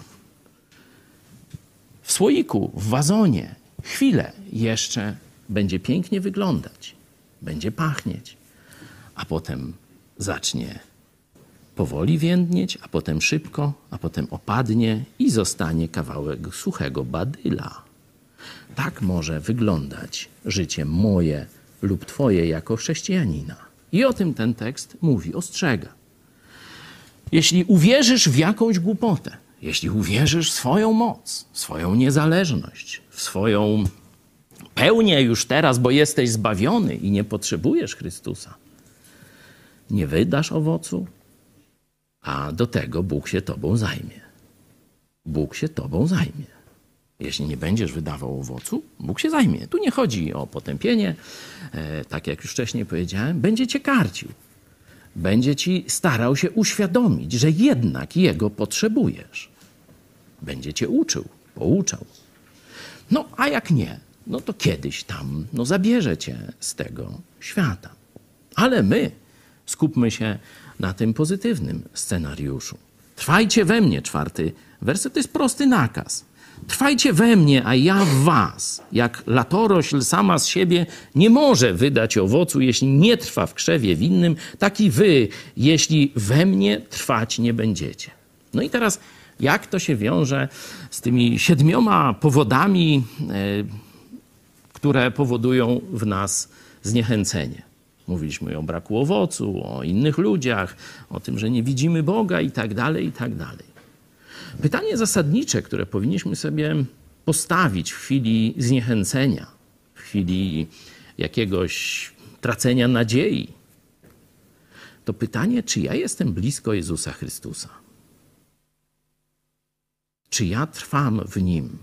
W słoiku, w wazonie chwilę jeszcze będzie pięknie wyglądać, będzie pachnieć, a potem zacznie powoli więdnieć, a potem szybko, a potem opadnie i zostanie kawałek suchego badyla. Tak może wyglądać życie moje lub twoje jako chrześcijanina. I o tym ten tekst mówi, ostrzega. Jeśli uwierzysz w jakąś głupotę, jeśli uwierzysz w swoją moc, w swoją niezależność, w swoją pełnię już teraz, bo jesteś zbawiony i nie potrzebujesz Chrystusa, nie wydasz owocu, a do tego Bóg się tobą zajmie. Bóg się tobą zajmie. Jeśli nie będziesz wydawał owocu, Bóg się zajmie. Tu nie chodzi o potępienie, e, tak jak już wcześniej powiedziałem, będzie cię karcił. Będzie ci starał się uświadomić, że jednak Jego potrzebujesz. Będzie cię uczył, pouczał. No, a jak nie, no to kiedyś tam no, zabierze cię z tego świata. Ale my skupmy się na tym pozytywnym scenariuszu. Trwajcie we mnie, czwarty werset, to jest prosty nakaz. Trwajcie we mnie, a ja w was. Jak latorośl sama z siebie nie może wydać owocu, jeśli nie trwa w krzewie winnym, tak i wy, jeśli we mnie trwać nie będziecie. No i teraz, jak to się wiąże z tymi siedmioma powodami, które powodują w nas zniechęcenie? Mówiliśmy o braku owocu, o innych ludziach, o tym, że nie widzimy Boga i tak dalej, i tak dalej. Pytanie zasadnicze, które powinniśmy sobie postawić w chwili zniechęcenia, w chwili jakiegoś tracenia nadziei, to pytanie, czy ja jestem blisko Jezusa Chrystusa? Czy ja trwam w Nim?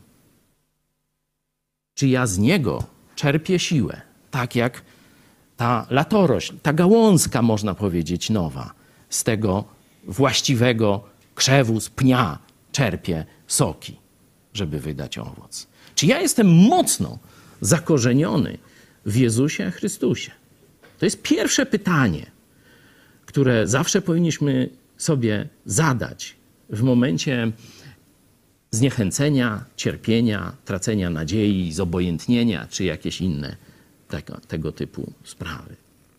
Czy ja z Niego czerpię siłę, tak jak ta latorośl, ta gałązka, można powiedzieć, nowa, z tego właściwego krzewu, z pnia czerpie soki, żeby wydać owoc. Czy ja jestem mocno zakorzeniony w Jezusie Chrystusie? To jest pierwsze pytanie, które zawsze powinniśmy sobie zadać w momencie zniechęcenia, cierpienia, tracenia nadziei, zobojętnienia, czy jakieś inne tego, tego typu sprawy.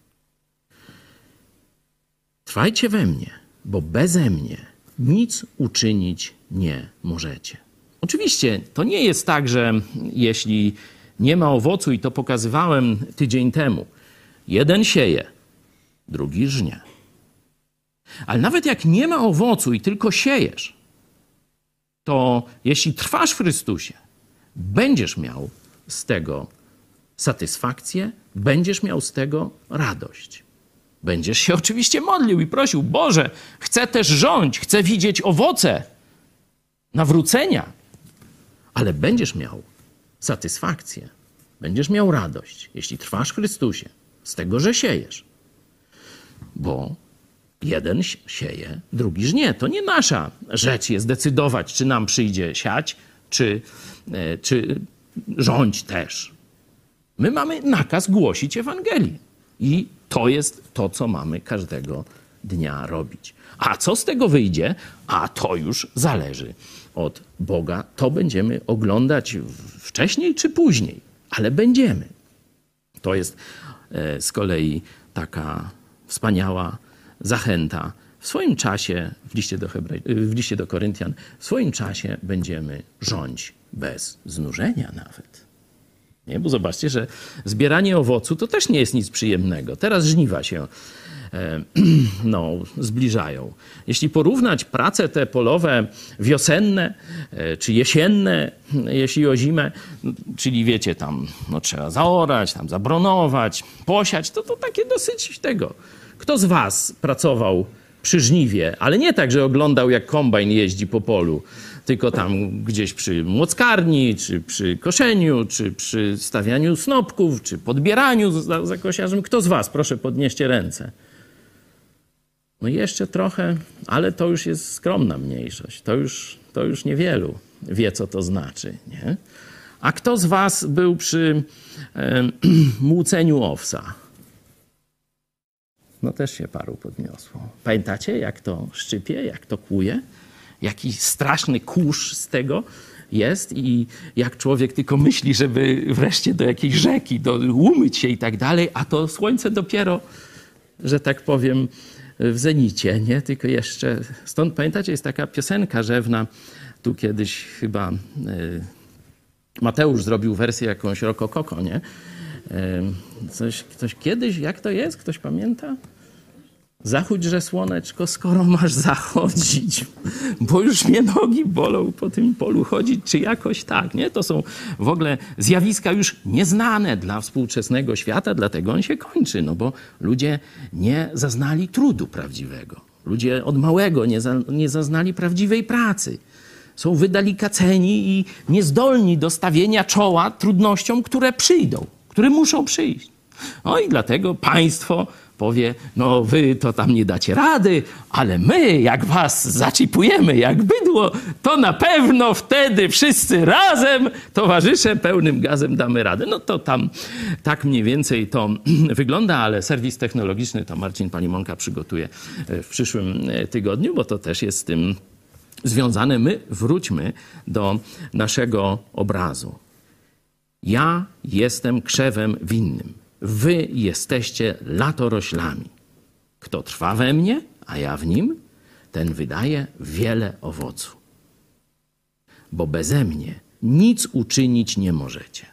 Trwajcie we mnie, bo beze mnie nic uczynić nie możecie. Oczywiście to nie jest tak, że jeśli nie ma owocu, i to pokazywałem tydzień temu, jeden sieje, drugi żnie. Ale nawet jak nie ma owocu i tylko siejesz, to jeśli trwasz w Chrystusie, będziesz miał z tego satysfakcję, będziesz miał z tego radość. Będziesz się oczywiście modlił i prosił, Boże, chcę też rządź, chcę widzieć owoce nawrócenia, ale będziesz miał satysfakcję, będziesz miał radość, jeśli trwasz w Chrystusie, z tego, że siejesz. Bo jeden sieje, drugi żnie. To nie nasza rzecz jest decydować, czy nam przyjdzie siać, czy, czy rządź też. My mamy nakaz głosić Ewangelię. I to jest to, co mamy każdego dnia robić. A co z tego wyjdzie? A to już zależy od Boga. To będziemy oglądać wcześniej czy później, ale będziemy. To jest z kolei taka wspaniała zachęta. W swoim czasie, w liście do, Hebraj... w liście do Koryntian, w swoim czasie będziemy rządzić bez znużenia nawet. Nie? Bo zobaczcie, że zbieranie owocu to też nie jest nic przyjemnego. Teraz żniwa się e, no, zbliżają. Jeśli porównać prace te polowe wiosenne e, czy jesienne, jeśli o zimę, czyli wiecie, tam no, trzeba zaorać, tam zabronować, posiać, to to takie dosyć tego. Kto z was pracował przy żniwie, ale nie tak, że oglądał, jak kombajn jeździ po polu, tylko tam gdzieś przy młockarni, czy przy koszeniu, czy przy stawianiu snopków, czy podbieraniu za, za kosiarzem. Kto z was? Proszę, podnieście ręce. No jeszcze trochę, ale to już jest skromna mniejszość. To już, to już niewielu wie, co to znaczy. Nie? A kto z was był przy e, młóceniu owsa? No też się paru podniosło. Pamiętacie, jak to szczypie, jak to kłuje? Jaki straszny kurz z tego jest i jak człowiek tylko myśli, żeby wreszcie do jakiejś rzeki, do, umyć się i tak dalej, a to słońce dopiero, że tak powiem, w zenicie, nie? Tylko jeszcze... Stąd, pamiętacie, jest taka piosenka rzewna, tu kiedyś chyba y, Mateusz zrobił wersję jakąś rokokoko, nie? Y, coś, ktoś kiedyś, jak to jest? Ktoś pamięta? Zachódźże słoneczko, skoro masz zachodzić, bo już mnie nogi bolą po tym polu chodzić, czy jakoś tak, nie? To są w ogóle zjawiska już nieznane dla współczesnego świata, dlatego on się kończy, no bo ludzie nie zaznali trudu prawdziwego. Ludzie od małego nie, za, nie zaznali prawdziwej pracy. Są wydelikaceni i niezdolni do stawienia czoła trudnościom, które przyjdą, które muszą przyjść. No i dlatego państwo powie, no wy to tam nie dacie rady, ale my, jak was zaczipujemy jak bydło, to na pewno wtedy wszyscy razem, towarzysze, pełnym gazem damy radę. No to tam tak mniej więcej to wygląda, ale serwis technologiczny to Marcin Palimonka przygotuje w przyszłym tygodniu, bo to też jest z tym związane. My wróćmy do naszego obrazu. Ja jestem krzewem winnym. Wy jesteście latoroślami. Kto trwa we mnie, a ja w nim, ten wydaje wiele owocu. Bo beze mnie nic uczynić nie możecie.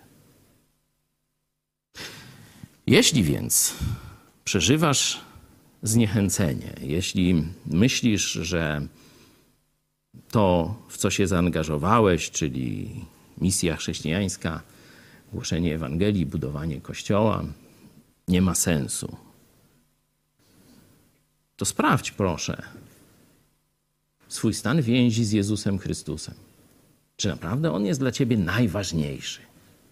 Jeśli więc przeżywasz zniechęcenie, jeśli myślisz, że to, w co się zaangażowałeś, czyli misja chrześcijańska, głoszenie Ewangelii, budowanie Kościoła, nie ma sensu, to sprawdź, proszę, swój stan więzi z Jezusem Chrystusem. Czy naprawdę On jest dla ciebie najważniejszy?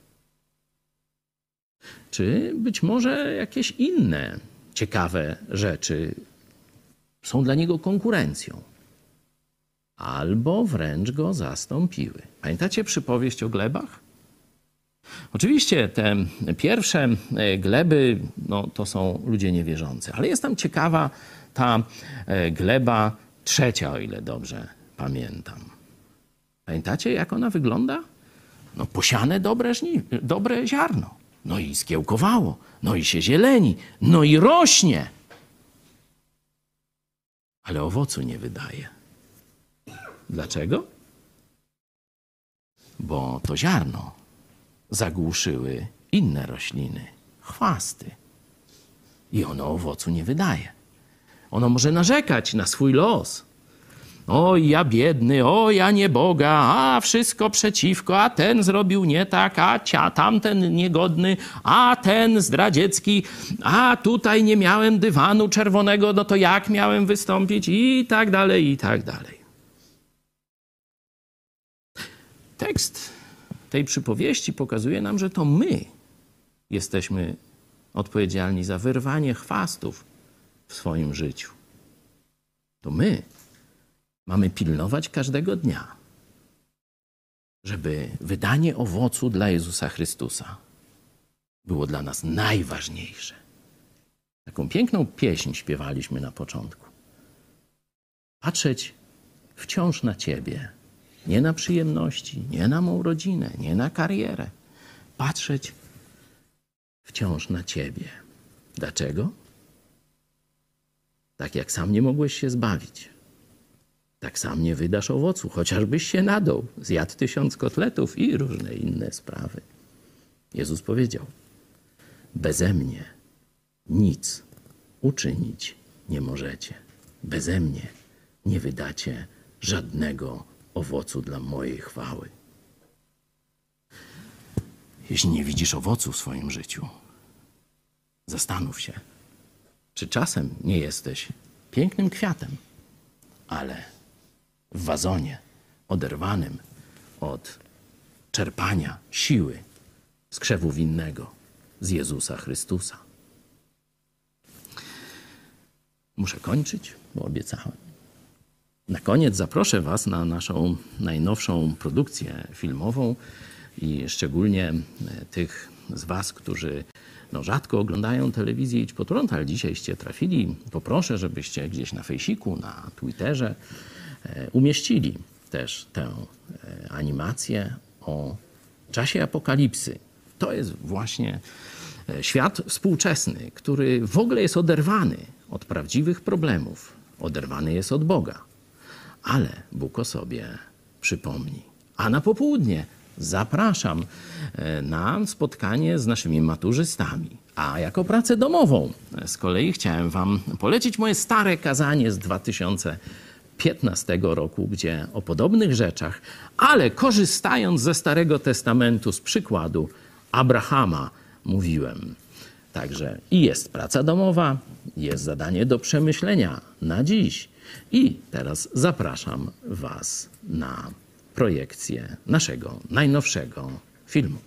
Czy być może jakieś inne ciekawe rzeczy są dla Niego konkurencją? Albo wręcz Go zastąpiły. Pamiętacie przypowieść o glebach? Oczywiście te pierwsze gleby, no, to są ludzie niewierzący, ale jest tam ciekawa ta gleba trzecia, o ile dobrze pamiętam. Pamiętacie, jak ona wygląda? No posiane dobre, żni- dobre ziarno, no i skiełkowało, no i się zieleni, no i rośnie, ale owocu nie wydaje. Dlaczego? Bo to ziarno zagłuszyły inne rośliny, chwasty. I ono owocu nie wydaje. Ono może narzekać na swój los. Oj, ja biedny, o, ja nieboga, a wszystko przeciwko, a ten zrobił nie tak, a cia, tamten niegodny, a ten zdradziecki, a tutaj nie miałem dywanu czerwonego, no to jak miałem wystąpić i tak dalej, i tak dalej. Tekst tej przypowieści pokazuje nam, że to my jesteśmy odpowiedzialni za wyrwanie chwastów w swoim życiu. To my mamy pilnować każdego dnia, żeby wydanie owocu dla Jezusa Chrystusa było dla nas najważniejsze. Taką piękną pieśń śpiewaliśmy na początku. patrzeć wciąż na Ciebie. Nie na przyjemności, nie na mą rodzinę, nie na karierę. Patrzeć wciąż na Ciebie. Dlaczego? Tak jak sam nie mogłeś się zbawić, tak sam nie wydasz owocu, chociażbyś się nadął, zjadł tysiąc kotletów i różne inne sprawy. Jezus powiedział, beze mnie nic uczynić nie możecie. Beze mnie nie wydacie żadnego owocu dla mojej chwały. Jeśli nie widzisz owocu w swoim życiu, zastanów się, czy czasem nie jesteś pięknym kwiatem, ale w wazonie oderwanym od czerpania siły z krzewu winnego, z Jezusa Chrystusa. Muszę kończyć, bo obiecałem. Na koniec zaproszę Was na naszą najnowszą produkcję filmową i szczególnie tych z Was, którzy no, rzadko oglądają telewizję Idź Pod Prąd, ale dzisiejście trafili. Poproszę, żebyście gdzieś na Fejsiku, na Twitterze e, umieścili też tę e, animację o czasie apokalipsy. To jest właśnie e, świat współczesny, który w ogóle jest oderwany od prawdziwych problemów. Oderwany jest od Boga. Ale Bóg o sobie przypomni. A na popołudnie zapraszam na spotkanie z naszymi maturzystami. A jako pracę domową z kolei chciałem wam polecić moje stare kazanie z dwa tysiące piętnastego roku, gdzie o podobnych rzeczach, ale korzystając ze Starego Testamentu, z przykładu Abrahama mówiłem. Także i jest praca domowa, jest zadanie do przemyślenia na dziś. I teraz zapraszam was na projekcję naszego najnowszego filmu.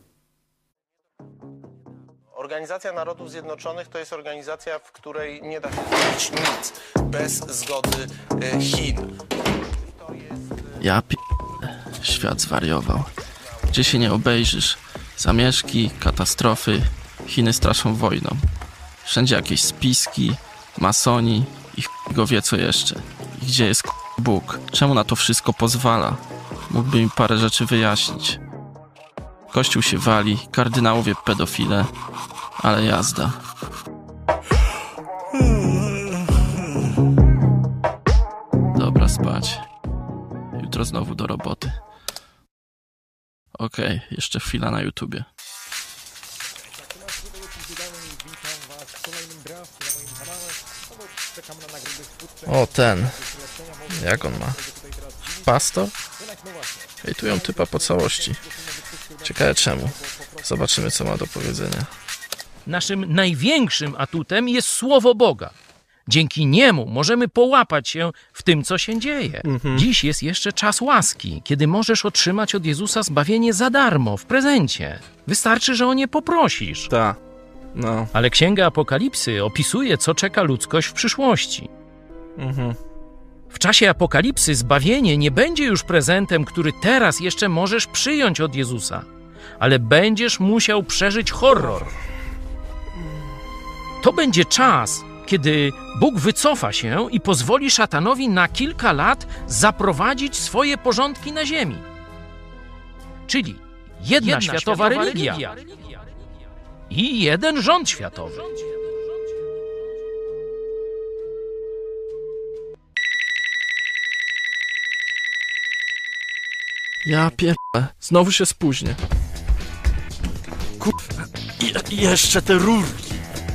Organizacja Narodów Zjednoczonych to jest organizacja, w której nie da się zrobić nic bez zgody Chin. Ja p... Świat zwariował. Gdzie się nie obejrzysz, zamieszki, katastrofy, Chiny straszą wojną. Wszędzie jakieś spiski, masoni i ch... go wie co jeszcze. I gdzie jest Bóg? Czemu na to wszystko pozwala? Mógłby mi parę rzeczy wyjaśnić. Kościół się wali, kardynałowie pedofile, ale jazda. Dobra, spać. Jutro znowu do roboty. Okej, okay, jeszcze chwila na YouTubie. O, ten. Jak on ma? Pastor? Hejtują typa po całości. Ciekawe czemu. Zobaczymy, co ma do powiedzenia. Naszym największym atutem jest Słowo Boga. Dzięki niemu możemy połapać się w tym, co się dzieje. Mhm. Dziś jest jeszcze czas łaski, kiedy możesz otrzymać od Jezusa zbawienie za darmo, w prezencie. Wystarczy, że o nie poprosisz. Tak. No. Ale Księga Apokalipsy opisuje, co czeka ludzkość w przyszłości. Mhm. W czasie apokalipsy zbawienie nie będzie już prezentem, który teraz jeszcze możesz przyjąć od Jezusa, ale będziesz musiał przeżyć horror. To będzie czas, kiedy Bóg wycofa się i pozwoli szatanowi na kilka lat zaprowadzić swoje porządki na ziemi. Czyli jedna, jedna światowa, światowa religia, religia i jeden rząd światowy. Ja pierdolę. Znowu się spóźnię. Kurwa. Je- jeszcze te rurki.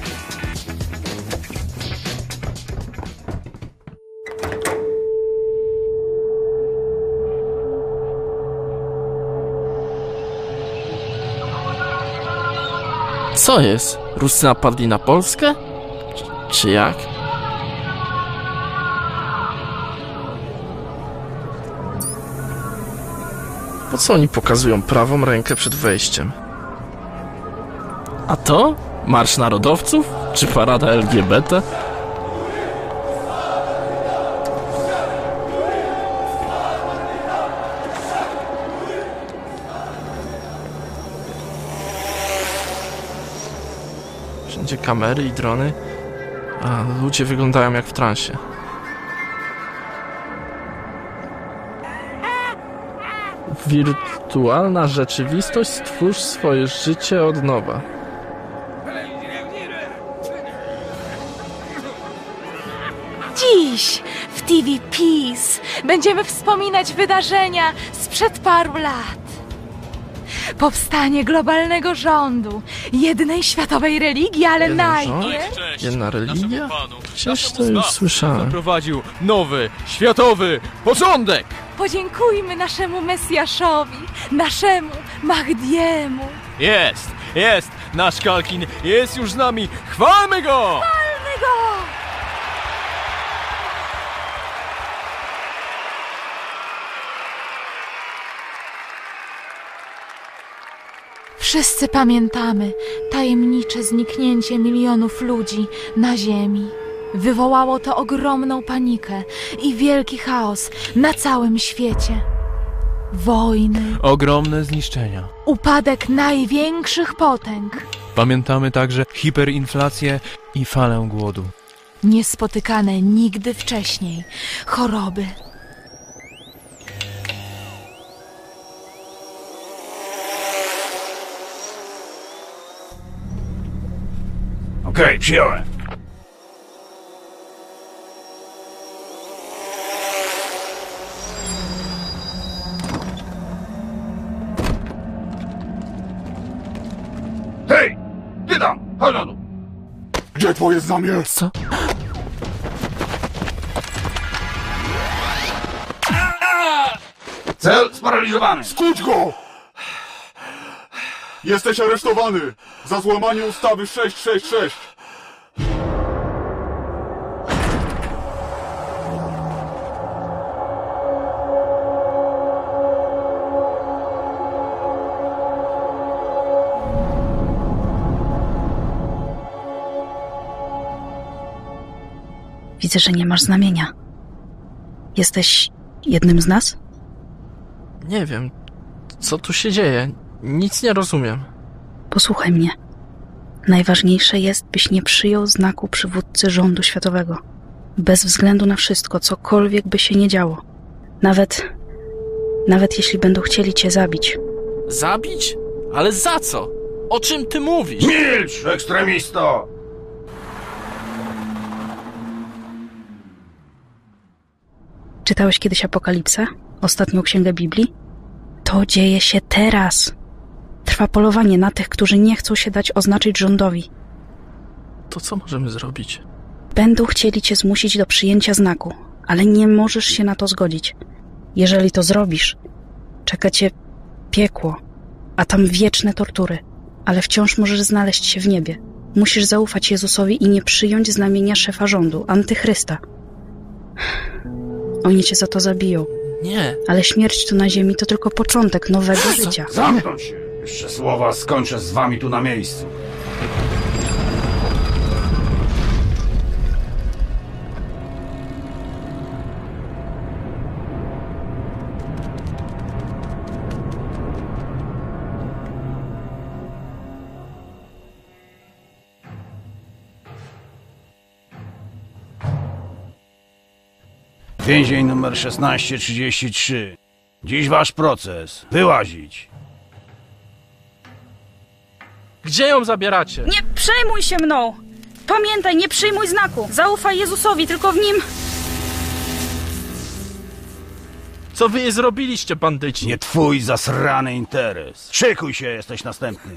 Co jest? Ruscy napadli na Polskę? Czy, czy jak? Po co oni pokazują prawą rękę przed wejściem? A to? Marsz Narodowców? Czy parada L G B T? Wszędzie kamery i drony, a ludzie wyglądają jak w transie. Wirtualna rzeczywistość, stwórz swoje życie od nowa. Dziś w T V Peace będziemy wspominać wydarzenia sprzed paru lat. Powstanie globalnego rządu, jednej światowej religii, ale Jeden najpierw... rząd? Jedna religia? Gdzieś to już słyszałem. Zaprowadził nowy, światowy porządek! Podziękujmy naszemu Mesjaszowi, naszemu Mahdiemu. Jest, jest! Nasz Kalkin jest już z nami! Chwalmy go! Chwalmy go! Wszyscy pamiętamy tajemnicze zniknięcie milionów ludzi na Ziemi. Wywołało to ogromną panikę i wielki chaos na całym świecie. Wojny, Ogromne zniszczenia. upadek największych potęg, Pamiętamy także hiperinflację i falę głodu. niespotykane nigdy wcześniej choroby. Okej, przyjąłem. Hej! Ty tam! Chodź na dół! Gdzie twoje znamie? Co? Cel sparaliżowany! Skuć go! Jesteś aresztowany za złamanie ustawy sześć sześć sześć. Widzę, że nie masz znamienia. Jesteś jednym z nas? Nie wiem, co tu się dzieje. Nic nie rozumiem. Posłuchaj mnie. Najważniejsze jest, byś nie przyjął znaku przywódcy rządu światowego. Bez względu na wszystko, cokolwiek by się nie działo. Nawet... Nawet jeśli będą chcieli cię zabić. Zabić? Ale za co? O czym ty mówisz? Milcz, ekstremisto! Czytałeś kiedyś Apokalipsę? Ostatnią księgę Biblii? To dzieje się teraz. Trwa polowanie na tych, którzy nie chcą się dać oznaczyć rządowi. To co możemy zrobić? Będą chcieli cię zmusić do przyjęcia znaku, ale nie możesz się na to zgodzić. Jeżeli to zrobisz, czeka cię piekło, a tam wieczne tortury, ale wciąż możesz znaleźć się w niebie. Musisz zaufać Jezusowi i nie przyjąć znamienia szefa rządu, Antychrysta. Oni cię za to zabiją. Nie. Ale śmierć tu na ziemi to tylko początek nowego życia. Zamknąć się! Jeszcze słowa skończę z wami tu na miejscu. Więzień numer szesnaście trzydzieści trzy. Dziś wasz proces. Wyłazić. Gdzie ją zabieracie? Nie przejmuj się mną! Pamiętaj, nie przyjmuj znaku! Zaufaj Jezusowi, tylko w nim... Co wy je zrobiliście, bandyci? Nie twój zasrany interes. Szykuj się, jesteś następny.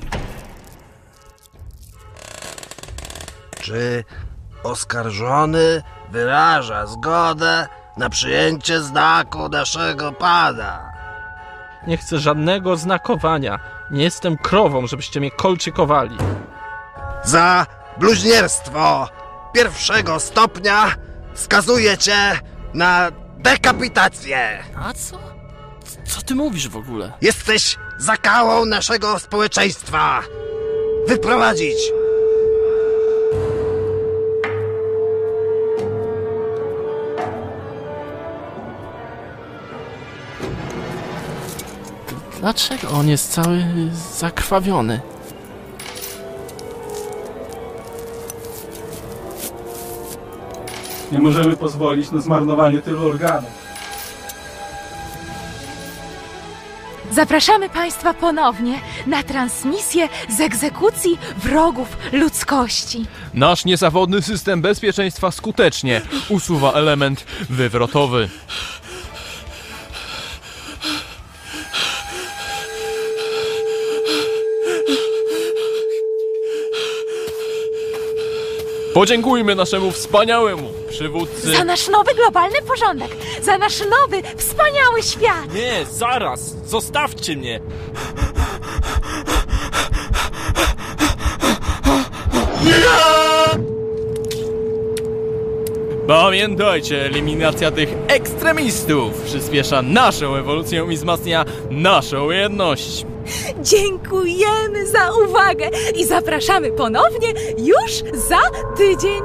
Czy oskarżony wyraża zgodę na przyjęcie znaku naszego Pana? Nie chcę żadnego znakowania. Nie jestem krową, żebyście mnie kolczykowali. Za bluźnierstwo pierwszego stopnia skazuję cię na dekapitację. A co? Co ty mówisz w ogóle? Jesteś zakałą naszego społeczeństwa. Wyprowadzić. Dlaczego on jest cały zakrwawiony? Nie możemy pozwolić na zmarnowanie tylu organów. Zapraszamy Państwa ponownie na transmisję z egzekucji wrogów ludzkości. Nasz niezawodny system bezpieczeństwa skutecznie usuwa element wywrotowy. Podziękujmy naszemu wspaniałemu przywódcy. Za nasz nowy globalny porządek, za nasz nowy, wspaniały świat. Nie, zaraz, zostawcie mnie. Pamiętajcie, eliminacja tych ekstremistów przyspiesza naszą ewolucję i wzmacnia naszą jedność. Dziękujemy za uwagę i zapraszamy ponownie już za tydzień.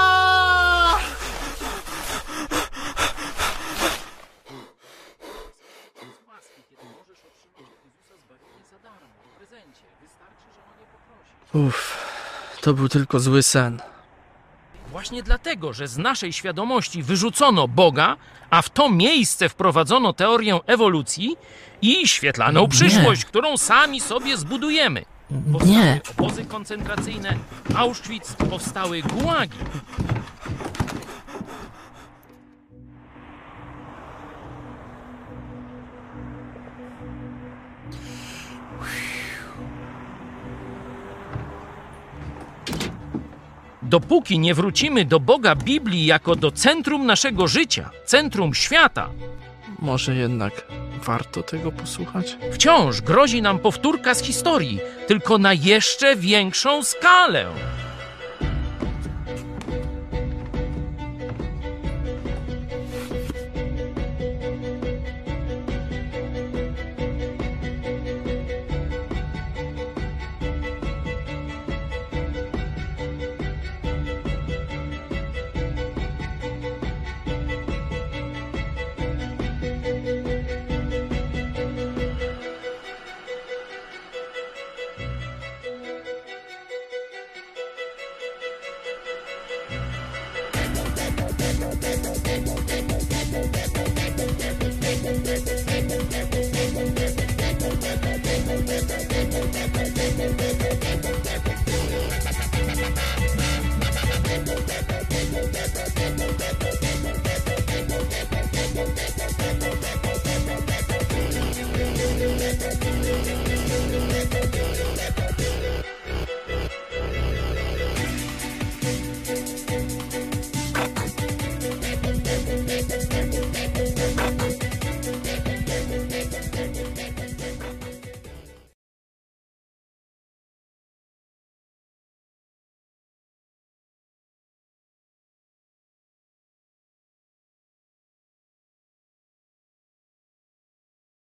Uff, to był tylko zły sen. Właśnie dlatego, że z naszej świadomości wyrzucono Boga, a w to miejsce wprowadzono teorię ewolucji i świetlaną przyszłość, którą sami sobie zbudujemy. Powstały Nie. obozy koncentracyjne, Auschwitz, powstały gułagi. Dopóki nie wrócimy do Boga Biblii jako do centrum naszego życia, centrum świata, Może jednak warto tego posłuchać? wciąż grozi nam powtórka z historii, tylko na jeszcze większą skalę.